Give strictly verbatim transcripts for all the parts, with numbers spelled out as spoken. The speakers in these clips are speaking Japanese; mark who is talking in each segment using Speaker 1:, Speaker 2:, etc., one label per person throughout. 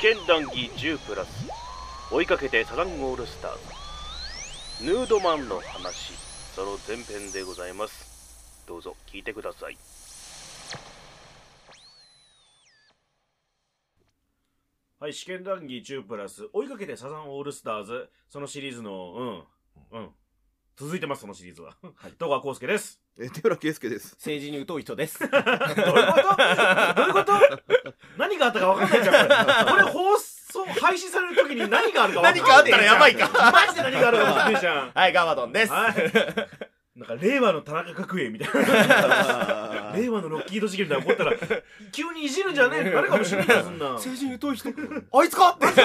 Speaker 1: 験談義じゅうプラス追いかけてサザンオールスターズヌードマンの話、その前編でございます。どうぞ聞いてください。
Speaker 2: はい、試験談義じゅうプラス追いかけてサザンオールスターズ、そのシリーズのうんうん続いてます。そのシリーズは、はい、戸川浩介です。
Speaker 3: え手浦圭介です。
Speaker 4: 政治に疎い人です。
Speaker 2: どういうことどういうこと何があったか分かんないじゃん。これこれ放送配信される時に何があるか分かんない。
Speaker 4: 何かあったらやばいか。
Speaker 2: マジで何があるか分かんないじゃん。
Speaker 4: はい、ガバドンです。
Speaker 2: はい。なんか令和の田中角栄みたいな令和のロッキード事件みたいな怒ったら急にいじるんじゃねえ誰かもしれないよ。そんな
Speaker 4: 政治に疎い人あいつかって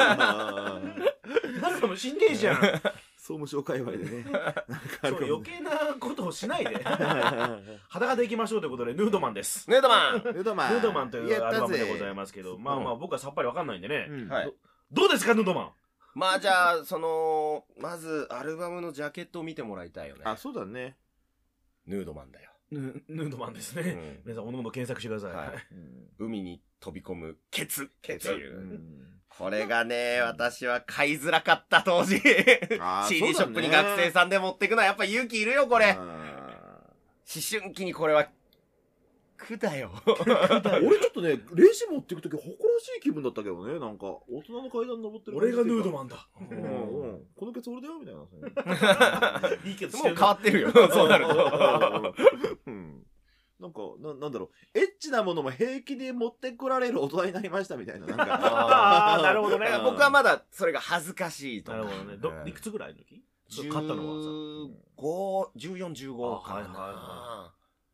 Speaker 2: 誰かもしんねえじゃん。
Speaker 3: 総務省界隈でねなんかあるかもね。
Speaker 2: そう余計なことをしないで裸でいきましょうということでヌードマンです。
Speaker 4: ヌードマン
Speaker 3: ヌードマン
Speaker 2: ヌードマンというアルバムでございますけど、まあまあ僕はさっぱりわかんないんでね、
Speaker 3: うん
Speaker 4: はい、
Speaker 2: どうですかヌードマン。
Speaker 4: まあじゃあそのまずアルバムのジャケットを見てもらいたいよね。
Speaker 3: あ、そうだね。
Speaker 4: ヌードマンだよ。
Speaker 2: ヌ, ヌードマンですね、うん、皆さんおのおの検索してください、はい
Speaker 4: うん、海に飛び込むケツケツ、
Speaker 2: うん、
Speaker 4: これがね、私は買いづらかった当時。シーディー ショップに学生さんで持ってくのはやっぱ勇気いるよこれ。思春期にこれは苦だよ。
Speaker 3: 俺ちょっとねレジ持っていくとき誇らしい気分だったけどね。なんか大人の階段登ってる
Speaker 2: 俺がヌードマンだ、
Speaker 3: うんうん、このケツ俺だよみたいな。
Speaker 2: いいけど
Speaker 4: もう変わってるよそうなると、
Speaker 3: うん、なんか な, なんだろうエッチなものも平気で持ってこられる大人になりましたみたいな。なんか
Speaker 2: ああなるほどね。
Speaker 4: 僕はまだそれが恥ずかしいとか。
Speaker 2: なるほどね。どいくつぐらいの時買ったのはさ
Speaker 4: ご、じゅうよん、じゅうごかな。
Speaker 2: はいはいはい。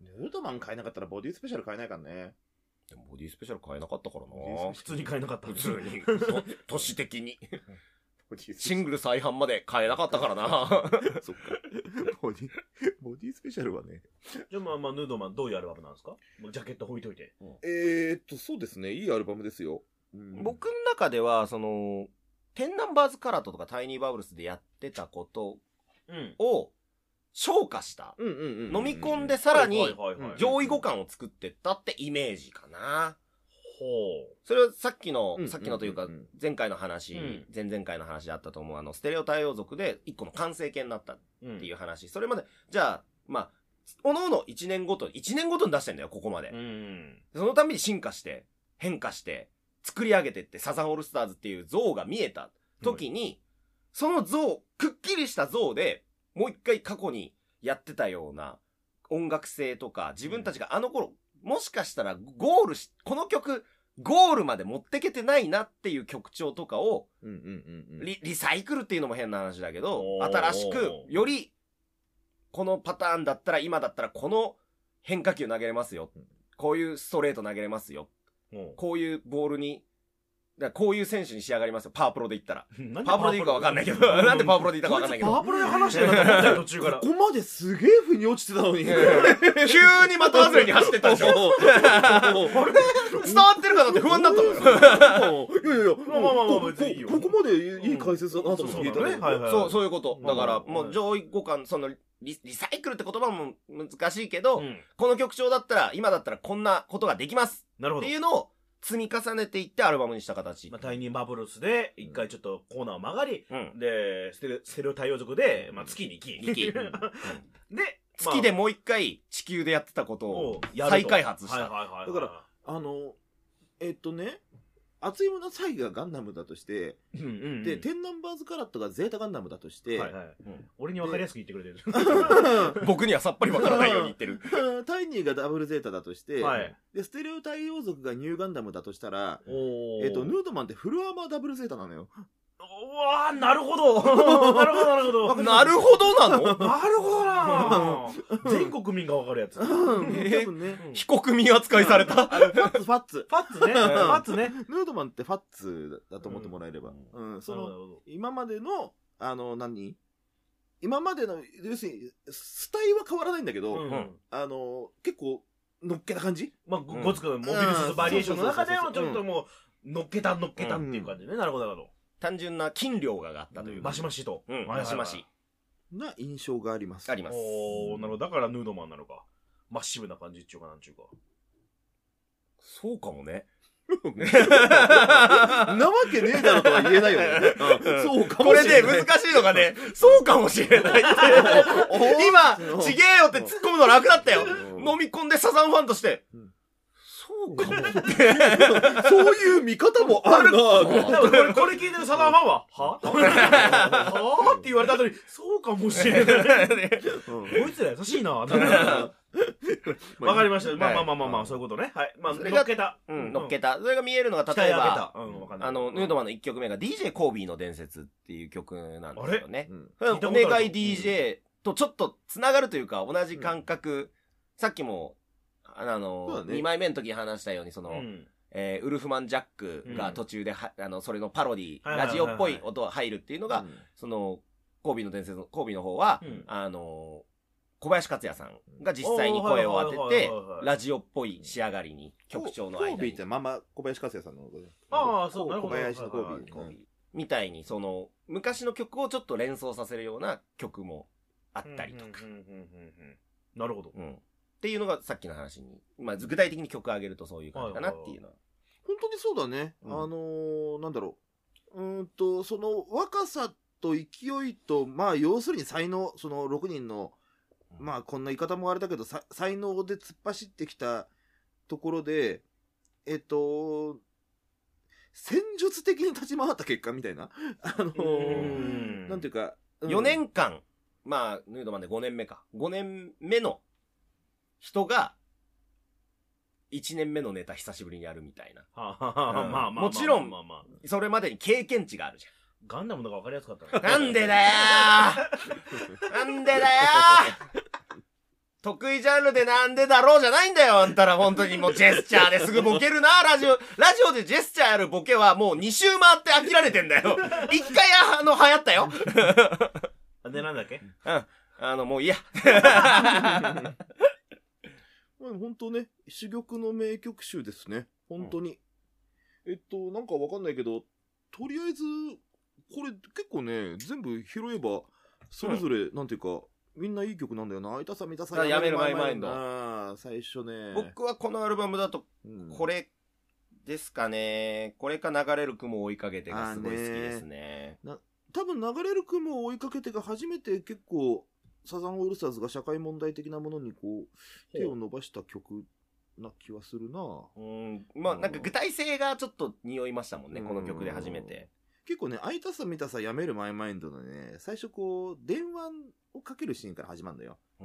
Speaker 3: ヌードマン買えなかったらボディスペシャル買えないからね。
Speaker 4: でもボディスペシャル買えなかったからな。
Speaker 2: 普通に買えなかった。
Speaker 4: 普通に都市的にシングル再販まで買えなかったからな。
Speaker 3: そっかボディボディスペシャルはね。
Speaker 2: じゃあまあまあヌードマンどういうアルバムなんですか。もうジャケット置いといて、うん、
Speaker 3: えーっとそうですね、いいアルバムですよ、
Speaker 4: うん、僕の中ではそのテンナンバーズカラットとかタイニーバブルスでやってたことを昇華した、うん、飲み込んでさらに上位互換を作ってったってイメージかな。ほう。それはさっきの、うん、さっきのというか前回の話、うん、前々回の話であったと思うあのステレオ対応族で一個の完成形になったっていう話、うん、それまでじゃあまあおのおのいちねんごとにいちねんごとに出してんだよここまで、うん、そのたびに進化して変化して作り上げてってサザンオールスターズっていう像が見えた時に、うん、その像くっきりした像でもう一回過去にやってたような音楽性とか自分たちがあの頃もしかしたらゴールしこの曲ゴールまで持ってけてないなっていう曲調とかを リ, リサイクルっていうのも変な話だけど新しくよりこのパターンだったら今だったらこの変化球投げれますよ、こういうストレート投げれますよ、こういうボールにだこういう選手に仕上がりますよパワープロで言ったら。パワープロで言うか分かんないけどなんでパワープロで言ったか分かんないけど、
Speaker 2: パワープロで話してるんだと思ったよ途中から。
Speaker 3: ここまですげえ風に落ちてたのに急
Speaker 4: に的外れに走ってたでしょ。あれ伝わってるかなって不安だったのよ。
Speaker 3: いやいやいや、
Speaker 2: まあまあまあまあ別にいいよ。
Speaker 3: ここまでいい解説だなと思って聞いたね。
Speaker 4: そうそういうことだからもう上位互換そのリ, リサイクルって言葉も難しいけど、うん、この曲調だったら今だったらこんなことができますっていうのを積み重ねていってアルバムにした形、
Speaker 2: まあ、タイニーバブルスで一回ちょっとコーナーを曲がり、うん、でステレステレオ対応族で、まあ、月に行き行き、うん、で、
Speaker 4: まあ、月でもう一回地球でやってたことを再開発した。だ
Speaker 3: からあのえっとね熱いものサイがガンダムだとして、うんうんうん、でテンナンバーズカラットがゼータガンダムだとして、はいはい、
Speaker 2: うん、俺に分かりやすく言ってくれてる
Speaker 4: 僕にはさっぱり分からないように言ってる
Speaker 3: タイニーがダブルゼータだとして、はい、でステレオ対応族がニューガンダムだとしたら、えっとヌードマンってフルアーマーダブルゼータなのよ。
Speaker 2: うわーなるほどなるほどなるほど
Speaker 4: なるほどなの
Speaker 2: なるほどな全国民が分かるやつ、え
Speaker 4: ー、多分ね、非国民扱いされた。
Speaker 3: ファッツファッツ
Speaker 2: ファッツねファッツね
Speaker 3: ヌードマンってファッツだと思ってもらえれば、うんうん、その今までのあの何今までの要するにスタイは変わらないんだけど、うんうん、あの結構のっけた感じ、
Speaker 2: まあ、ごつくモビルスーツバリエーションの中でもちょっともうのっけたのっけたっていう感じね、うん、なるほどなるほど。
Speaker 4: 単純な筋量があったという、うん、
Speaker 2: マシマシと、
Speaker 4: うん、マシマシ
Speaker 3: な印象があります
Speaker 4: あります。
Speaker 2: おーなるほど。だからヌードマンなのかマッシブな感じっていうかなんちゅうか。
Speaker 4: そうかもね
Speaker 3: なわけねえだろとは言えないよね。そうか
Speaker 4: これ
Speaker 3: もしれない。
Speaker 4: ね、難しいのがね、そうかもしれないって。今、ちげえよって突っ込むの楽だったよ。飲み込んでサザンファンとして。そうかも。
Speaker 3: そういう見方もあるな
Speaker 2: ぁ。これ、これ聞いてるサザンファンは、ははって言われた後に、そうかもしれない。こいつら優しいなぁ。わかりました。まあまあまあまあまあ、そういうことね。はい。まあ、乗っけた。
Speaker 4: うん、乗っけた。それが見えるのが、例えば、
Speaker 2: うん、
Speaker 4: あの、ヌードマンのいっきょくめが ディージェー コービーの伝説っていう曲なんですよね。
Speaker 2: あれ
Speaker 4: お願い ディージェー とちょっと繋がるというか、同じ感覚。さっきも、あの、にまいめの時に話したように、その、えー、ウルフマン・ジャックが途中では、あの、それのパロディ、ラジオっぽい音が入るっていうのが、その、コービーの伝説の、コービーの方は、あの、小林克也さんが実際に声を当てて、ラジオっぽい仕上がりに、曲調の間に。
Speaker 3: コービーってまんま小林克也さんの。
Speaker 2: ああ、そう、
Speaker 3: 小林のコービー。
Speaker 4: みたいに、その、昔の曲をちょっと連想させるような曲もあったりとか。
Speaker 2: なるほど。
Speaker 4: うんっていうのがさっきの話に、まあ、具体的に曲を上げるとそういう感じかなっていうのは。
Speaker 3: 本当にそうだね。うん、あのー、なんだろう。うんと、その若さと勢いと、まあ、要するに才能、そのろくにんの、まあ、こんな言い方もあれだけど、才能で突っ走ってきたところで、えっと、戦術的に立ち回った結果みたいな。あのー、なんていうか、
Speaker 4: うん、よねんかん、まあ、ヌードマンでごねんめか。ごねんめの、人が、一年目のネタ久しぶりにやるみたいな。
Speaker 2: まあまあまあ。
Speaker 4: もちろん、それまでに経験値があるじゃん。
Speaker 2: ガンダムのが分かりやすかった
Speaker 4: な。なんでだよーなんでだよー得意ジャンルでなんでだろうじゃないんだよ、あんたら本当にもうジェスチャーですぐボケるな、ラジオ。ラジオでジェスチャーやるボケはもうに周回って飽きられてんだよ。一回あの、流行ったよ。
Speaker 2: で、なんだっけ
Speaker 4: うん。あの、もういいや。
Speaker 3: 本当ね、珠玉の名曲集ですね。本当に。うん、えっと、なんかわかんないけど、とりあえず、これ結構ね、全部拾えば、それぞれ、うん、なんていうか、みんないい曲なんだよな。会いたさ、見たさ、
Speaker 4: やめるマイマインド。
Speaker 3: ああ、最初ね。
Speaker 4: 僕はこのアルバムだと、これですかね。これか流れる雲を追いかけてがすごい好きですね。
Speaker 3: な多分流れる雲を追いかけてが初めて結構、サザンオールスターズが社会問題的なものにこう手を伸ばした曲な気はするな。
Speaker 4: うん。まあなんか具体性がちょっと匂いましたもんね、この曲で初めて。
Speaker 3: 結構ね、会いたさ見たさやめるマイマインドのね、最初こう電話をかけるシーンから始まるんだよ。うん。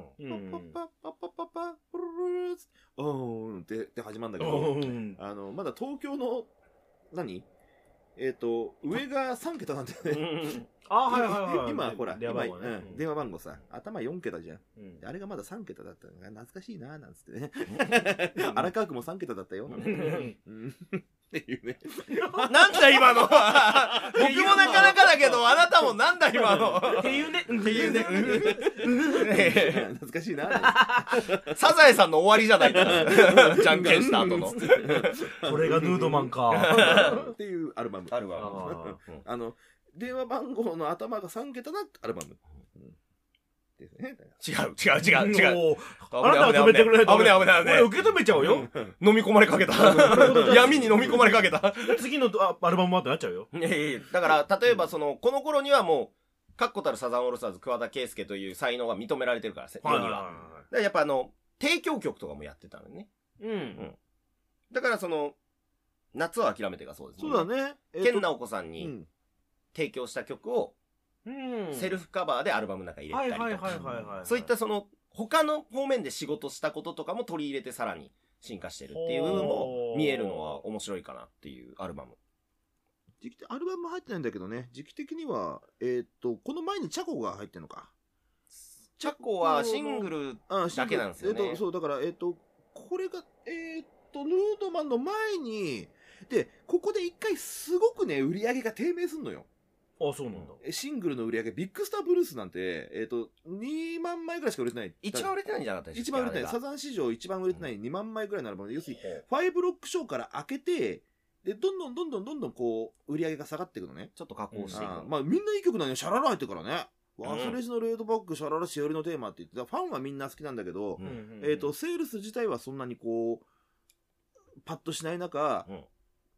Speaker 3: パッパッパッパッパッパップルルルーおーんってって始まるんだけど、あのまだ東京の何？えっと上がさん桁なんだよね。
Speaker 2: あはいはいはい。
Speaker 3: 今、ほら、
Speaker 2: 電話番号ね。
Speaker 3: うん、電話番号さ、頭よん桁じゃん。うん、あれがまださん桁だったのが懐かしいなーなんつってね。荒川区もさん桁だったよ。なんてっていうね。
Speaker 4: なんだ今の僕もなかなかだけど、あなたもなんだ今の
Speaker 2: っていうね。
Speaker 4: っていうね。
Speaker 3: 懐かしいな。
Speaker 4: サザエさんの終わりじゃないか。じゃんけんした後の。
Speaker 2: これがヌードマンか。
Speaker 3: っていうアルバム。
Speaker 4: アルバム。
Speaker 3: あの、電話番号の頭がさん桁なアルバム。ですね。
Speaker 4: 違う、違う、違う、違う。
Speaker 2: あなたは止めてくれないと。
Speaker 4: 危ない、危ない、危ない。
Speaker 2: 受け止めちゃうよ。
Speaker 4: 飲み込まれかけた。闇に飲み込まれかけた。
Speaker 2: 次のアルバムもってなっちゃうよ。
Speaker 4: いやいやだから、例えばその、この頃にはもう、確固たるサザンオールスターズ桑田佳祐という才能が認められてるから、世には。やっぱあの、提供曲とかもやってたのね。うん。だからその、夏は諦めてがそうですね。
Speaker 3: そうだね。
Speaker 4: 健直子さんに、提供した曲を、セルフカバーでアルバムの中に入れたりとか、そういったその他の方面で仕事したこととかも取り入れてさらに進化してるっていう部分も見えるのは面白いかなっていうアルバム。
Speaker 3: 時期アルバム入ってないんだけどね、時期的にはえっとこの前にチャコが入ってるのか。
Speaker 4: チャコはシングルだけなんですよね。
Speaker 3: えっとそうだからえっとこれがえっとヌードマンの前にでここで一回すごくね売り上げが低迷すんのよ。
Speaker 2: あ、そうなんだ。
Speaker 3: シングルの売り上げ、ビッグスターブルースなんて、えっと、にまんまいぐらいしか売れてない。
Speaker 4: 一番売れてないんじゃなかったで
Speaker 3: すか？一番売れてない。サザン史上一番売れてないにまんまいぐらいのアルバムで、要するに、ファイブロックショーから開けて、で、どんどんどんどんどんどんこう、売り上げが下がっていくのね。
Speaker 4: ちょっと加工していく。
Speaker 3: まあ、みんないい曲なのよ。シャララ入ってるからね。忘れしのレードバック、シャララしおりのテーマって言ってた。ファンはみんな好きなんだけど、えっと、セールス自体はそんなにこう、パッとしない中、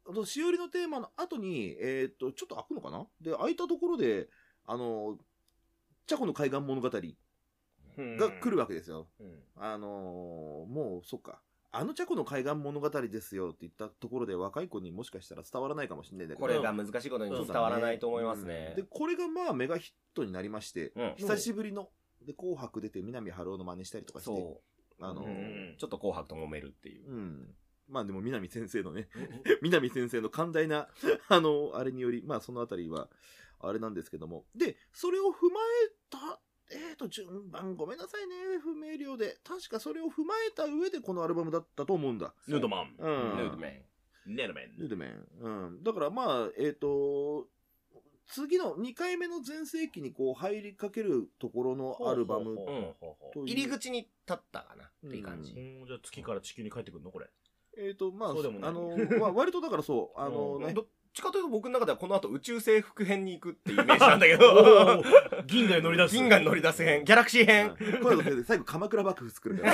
Speaker 3: しおりのテーマの後に、えっと、ちょっと開くのかなで、開いたところで、あの、チャコの海岸物語が来るわけですよ。うん、あのー、もう、そっか。あのチャコの海岸物語ですよって言ったところで若い子にもしかしたら伝わらないかもしれないんだけど。
Speaker 4: これが難しいことに伝わらないと思いますね。
Speaker 3: うん、で、これがまあメガヒットになりまして、うん、久しぶりの、で、紅白出て南春夫の真似したりとかして、そうあのーうん、
Speaker 4: ちょっと紅白と揉めるっていう。
Speaker 3: うんまあでも南先生のね、南先生の寛大な、あの、あれにより、まあそのあたりは、あれなんですけども。で、それを踏まえた、えーと、順番ごめんなさいね、不明瞭で。確かそれを踏まえた上でこのアルバムだったと思うんだ。
Speaker 2: ヌードマン。
Speaker 3: うん。
Speaker 2: ヌードメン。ヌードメン。
Speaker 3: ヌードメン。うん。だからまあ、えーと、次のにかいめの全盛期にこう入りかけるところのアルバム
Speaker 4: と入り口に立ったかなっていう感じ。
Speaker 2: うん、じゃあ月から地球に帰ってくるのこれ。
Speaker 3: えっと、まあ、あの、まあ、割とだからそう、あのね。
Speaker 4: どっちかというと僕の中ではこの後宇宙征服編に行くっていうイメージなんだけど。
Speaker 2: 銀河に乗り出す。
Speaker 4: 銀河に乗り出す編。ギャラクシー編。
Speaker 3: これ最後鎌倉幕府作るから。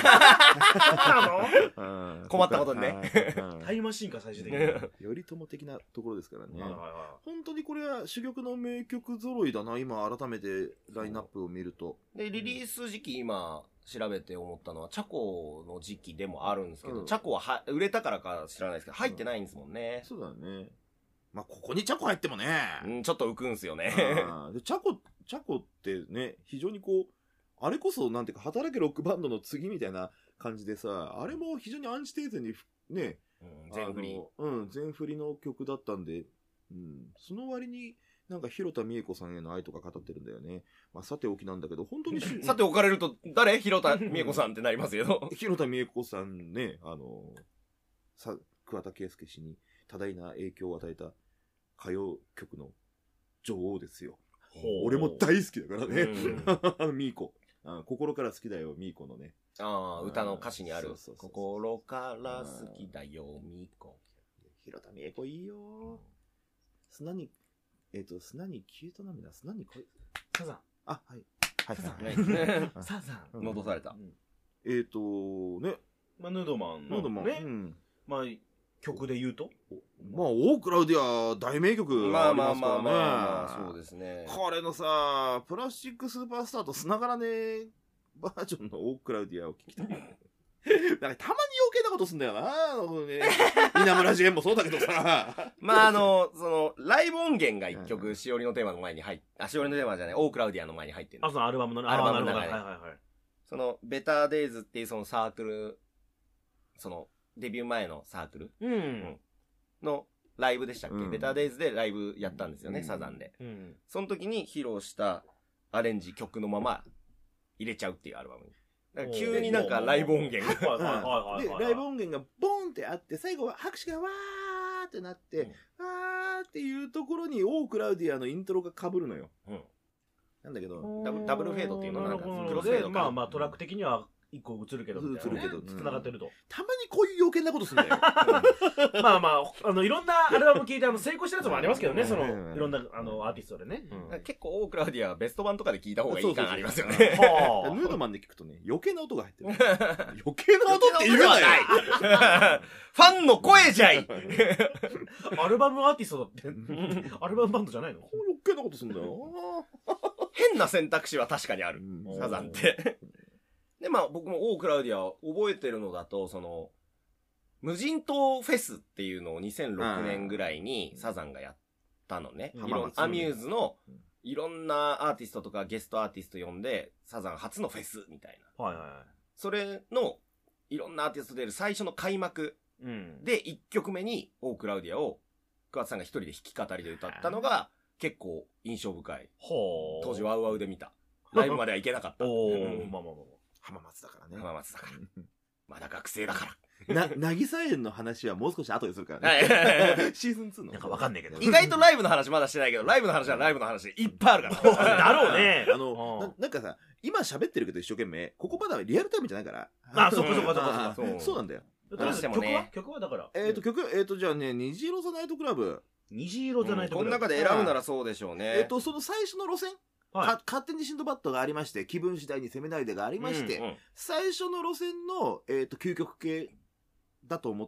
Speaker 4: 困ったことにね。
Speaker 2: タイムマシンか最終的に。
Speaker 3: 頼朝的なところですからね。本当にこれは珠玉の名曲揃いだな、今改めてラインナップを見ると。
Speaker 4: で、リリース時期今、調べて思ったのは、チャコの時期でもあるんですけど、うん、チャコはは売れたからか知らないですけど、入ってないんですもんね。
Speaker 3: うん、そうだね。まあ、ここにチャコ入ってもね。
Speaker 4: うん、ちょっと浮くんすよね。
Speaker 3: でチャコ、チャコってね、非常にこう、あれこそ、なんていうか、働けロックバンドの次みたいな感じでさ、あれも非常にアンチテーゼに、ね、
Speaker 4: うん、全振り。
Speaker 3: うん、全振りの曲だったんで、うん、その割に、なんか、広田美恵子さんへの愛とか語ってるんだよね。まあ、さておきなんだけど、本当に。
Speaker 4: さて置かれると、誰広田美恵子さんってなりますよ。
Speaker 3: 広田美恵子さんね、あの、さ、桑田佳祐氏に多大な影響を与えた歌謡曲の女王ですよ。俺も大好きだからね。あの、ミーコ。心から好きだよ、ミーコのね。
Speaker 4: ああ、歌の歌詞にある。心から好きだよ、ミーコ。
Speaker 3: 広田美恵子いいよ。砂に、えっ、ー、と、砂に消えた涙、砂にこい、
Speaker 2: サザン。
Speaker 3: あ、はい。
Speaker 2: はい、サザン。サザ
Speaker 4: ン。戻された。うん、
Speaker 3: えっ、ー、と、ね。
Speaker 2: まあ、ヌードマンの、ね。ヌードマン。ね。うん、まあ、曲で言うと
Speaker 3: まあ、オークラウディア大名曲ありますからね。まあまあまあ
Speaker 4: まあ、そうですね。
Speaker 3: これのさ、プラスチックスーパースターと繋がらねえバージョンのオークラウディアを聴きたい。なんかたまに余計なことすんだよな。ね、稲村ジェーンもそうだけどさ。
Speaker 4: まああの、その、ライブ音源が一曲、しおりのテーマの前に入っ、あ、しおりのテーマじゃない、オークラウディアの前に入ってる。
Speaker 2: あ、そのアルバムの、
Speaker 4: アルバムの中で。
Speaker 2: はいはいはい。
Speaker 4: その、ベターデイズっていうそのサークル、その、デビュー前のサークル、
Speaker 2: うんうん、
Speaker 4: のライブでしたっけ、うん、ベターデイズでライブやったんですよね、うん、サザンで、うん。その時に披露したアレンジ曲のまま入れちゃうっていうアルバムに。だから急になんかライブ音源
Speaker 3: が。で、ライブ音源がボンってあって、最後は拍手がわーってなって、うん、わーっていうところにオークラウディアのイントロが被るのよ。うん、なんだけど、
Speaker 4: ダブ、ダブルフェードっていうのなんか、ク
Speaker 2: ロスフェードか。まあまあトラック的には、一個映るけどみたいな、ね、映るけど繋がってると、うん、
Speaker 3: たまにこういう余計なことするんだよ。
Speaker 2: まあまああのいろんなアルバム聴いてあの成功したやつもありますけどね、そのいろんなあのアーティストでね、
Speaker 4: うん、結構オークラウディアベスト版とかで聴いた方がいい感ありますよね。
Speaker 3: ヌードマンで聴くとね余計な音が入ってる。余計な音って言うなよ。
Speaker 4: ファンの声じゃい。
Speaker 2: アルバムアーティストだってアルバムバンドじゃないの。
Speaker 3: 余計なことするんだよ。
Speaker 4: 変な選択肢は確かにある、うん、サザンって。で、まあ僕もオークラウディア覚えてるのだと、その、無人島フェスっていうのをにせんろくねんぐらいにサザンがやったのね。いろんアミューズのいろんなアーティストとかゲストアーティスト呼んで、サザン初のフェスみたいな。
Speaker 2: はいはいはい。
Speaker 4: それのいろんなアーティスト出る最初の開幕でいっきょくめにオークラウディアを桑田さんが一人で弾き語りで歌ったのが結構印象深い。
Speaker 2: ほ
Speaker 4: 当時ワウワウで見た。ライブまでは行けなかった。
Speaker 2: おー、まあまあまあ。
Speaker 3: 浜松だからね。
Speaker 4: 浜松だから。まだ学生だから。
Speaker 3: な、なぎさ園の話はもう少し後でするからね。シーズンツーの。
Speaker 2: なんかわかんないけど。
Speaker 4: 意外とライブの話まだしてないけど、ライブの話はライブの話でいっぱいあるから。
Speaker 2: だろうね。
Speaker 3: あの、な、なんかさ、今喋ってるけど一生懸命、ここまだリアルタイムじゃないから。
Speaker 2: あ、そっかそっかそっか
Speaker 3: そっか。そうなんだよ。
Speaker 2: 曲は曲はだから。
Speaker 3: えっと、曲、えっと、じゃあね、虹色ザナイトクラブ。
Speaker 2: 虹色ザナイトクラブ。
Speaker 4: この中で選ぶならそうでしょうね。
Speaker 3: えっと、その最初の路線。はい、勝手にシンドバッドがありまして、気分次第に攻めないでがありまして、うんうん、最初の路線の、えっと、究極系だと思っ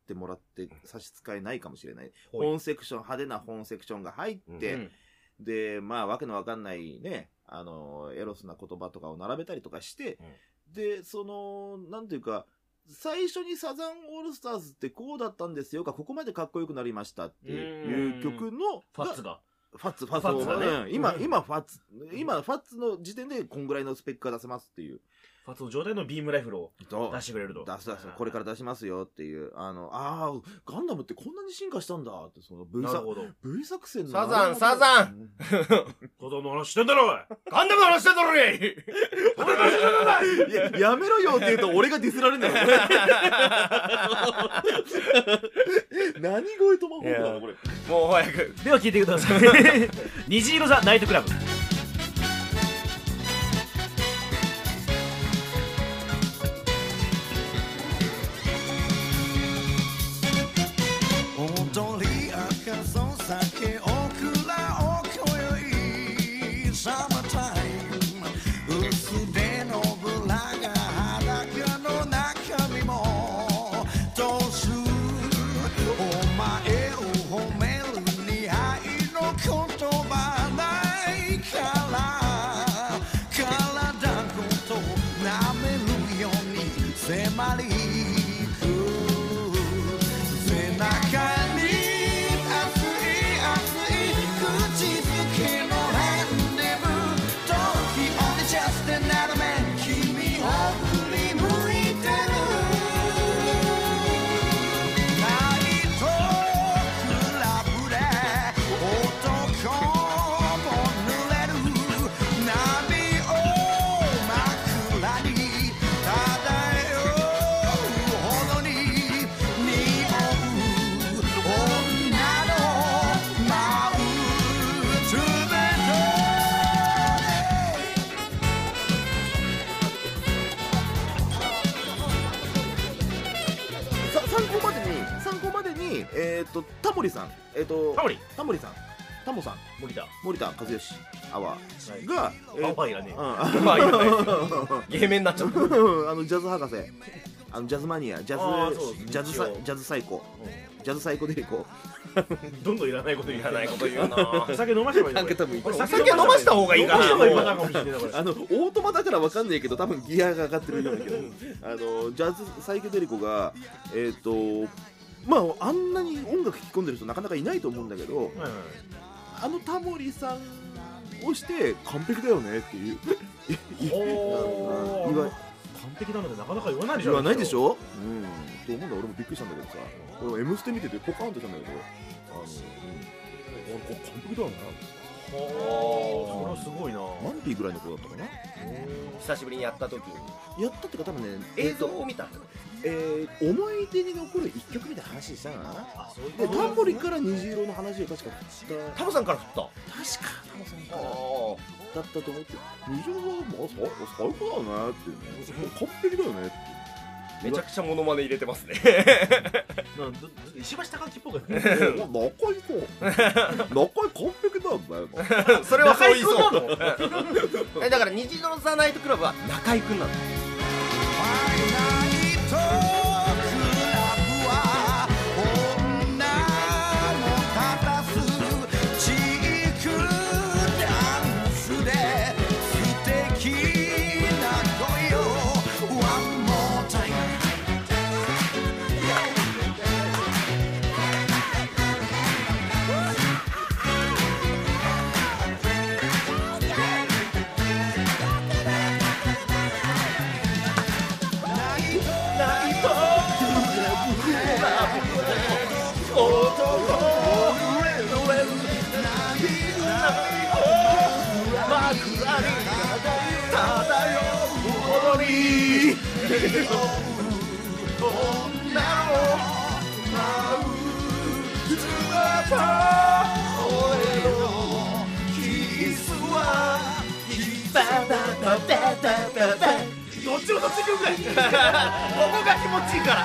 Speaker 3: ってもらって差し支えないかもしれない。本セクション、派手な本セクションが入って、うん、で、まあ、わけのわかんないね、あの、エロスな言葉とかを並べたりとかして、うん、で、その、なんていうか、最初にサザンオールスターズってこうだったんですよか、ここまでかっこよくなりましたっていう曲の、
Speaker 2: ファッツが。
Speaker 3: ファッツ、ファッツがね、うん、今、今ファッツ、今ファッツの時点でこんぐらいのスペックが出せますっていう。
Speaker 2: ファッツの状態のビームライフルを出してくれると。
Speaker 3: 出す出す、これから出しますよっていう。あの、ああ、ガンダムってこんなに進化したんだって、その V 作、V 作戦の。
Speaker 4: サザン、サザン
Speaker 2: 子供の話してんだろおいガンダムの話してんだろい俺の話してんだろ
Speaker 3: いや、やめろよって言うと俺がディスられるんだよ、これ。何声トマホークだな、これ。
Speaker 4: もう早く。
Speaker 2: では聞いてください。虹色ザ・ナイトクラブ。
Speaker 3: えっと、タモリさん、えっと、
Speaker 2: タモリ
Speaker 3: タモリさん、タモさん、
Speaker 2: 森田、
Speaker 3: 森田和義、アワーが、
Speaker 2: アワーいらねえ。
Speaker 4: まあいらない。芸名になっちゃった。
Speaker 3: あの、ジャズ博士、あの、ジャズマニア、ジャズ、ジャズサイ、ジャズサイコ、ジャズサイコデリコ。
Speaker 2: どんどんいらないこと言
Speaker 4: いらないこと言うな。
Speaker 2: お酒飲ませばいい。
Speaker 3: なんか多分、
Speaker 4: お酒飲ました方がいいかな。
Speaker 3: あの、オートマだからわかんないけど、多分ギアが上がってるんだけど、あの、ジャズサイケデリコが、えっと、まあ、あんなに音楽聴き込んでる人なかなかいないと思うんだけど、はいはい、あのタモリさんをして完璧だよねっていう
Speaker 2: お完璧なのでなかなか言わないでしょ。
Speaker 3: 言わないでしょ、うん、と思うんだ。俺もびっくりしたんだけどさ、俺も M ステ見ててポカーンとしたんだけど、あの、うん、俺完璧だよね。
Speaker 2: はあ、それはすごいな。
Speaker 3: マンピーぐらいの子だったかな。
Speaker 4: 久しぶりにやった時に
Speaker 3: やったっていうか多分ね、
Speaker 4: 映像を見た。
Speaker 3: えー、思い出に残る一曲みたいな話したかな。あ、そういうで、タモリから虹色の話を確か振った。
Speaker 4: タモさんから振った。
Speaker 3: 確かタモさんからだったと思って、虹色はもう最高だよねって、完璧だよねって。
Speaker 4: めちゃくちゃモノマネ入れてますね。
Speaker 2: 石橋貴明っぽく。
Speaker 3: 中井と中井完璧だよね。
Speaker 4: それはそう言いそう。だから虹色のザ・ナイトクラブは中井くんなの。
Speaker 2: どっちもどっちに行くぐらい。ここが気持ちいいから。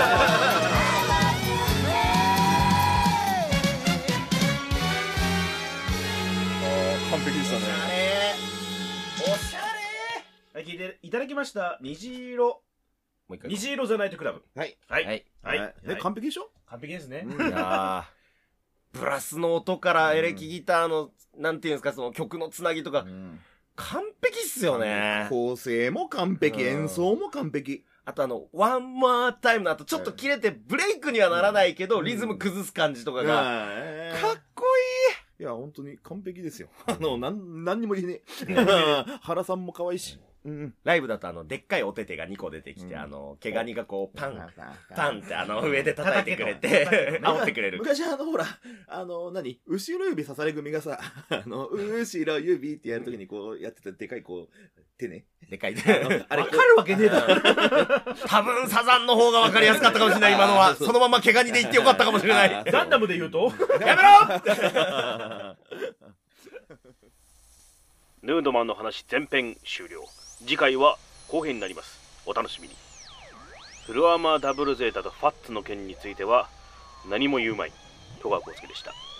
Speaker 3: 完璧でしたね。
Speaker 2: おしゃれ。はい、聞いていただきました。虹色。
Speaker 4: もう一回。
Speaker 2: 虹色ザ・ナイトクラブ。
Speaker 3: はい。
Speaker 2: はい。はいはい。
Speaker 3: ね、完璧でしょ？
Speaker 2: 完璧ですね。
Speaker 4: いやー、ブラスの音からエレキギターの、なんていうんですか、その曲のつなぎとか、完璧っすよね。
Speaker 3: 構成も完璧、演奏も完璧。
Speaker 4: あとあの、ワンモアタイムの後、ちょっと切れてブレイクにはならないけど、リズム崩す感じとかが、かっこい
Speaker 3: い。いや、本当に完璧ですよ。あの、なん、なんにも言えねえ。原さんも可愛いし。
Speaker 4: うん、ライブだとあの、でっかいお手手がにこ出てきて、うん、あの、毛ガニがこう、パン、パンってあの、上で叩いてくれて、煽ってくれる。
Speaker 3: 昔あの、ほら、あの、何後ろ指刺され組がさ、あの、後ろ指ってやるときにこう、やってたでかいこう、手ね。
Speaker 4: でかい手。
Speaker 2: あれ、わかるわけねえだろ。
Speaker 4: 多分、サザンの方がわかりやすかったかもしれない、今のは。そのまま毛ガニで言ってよかったかもしれない。
Speaker 2: ガンダムで言うと
Speaker 4: やめろ
Speaker 1: ヌードマンの話前編終了。次回は後編になります。お楽しみに。フルアーマーダブルゼータとファッツの件については何も言うまい。戸川浩介でした。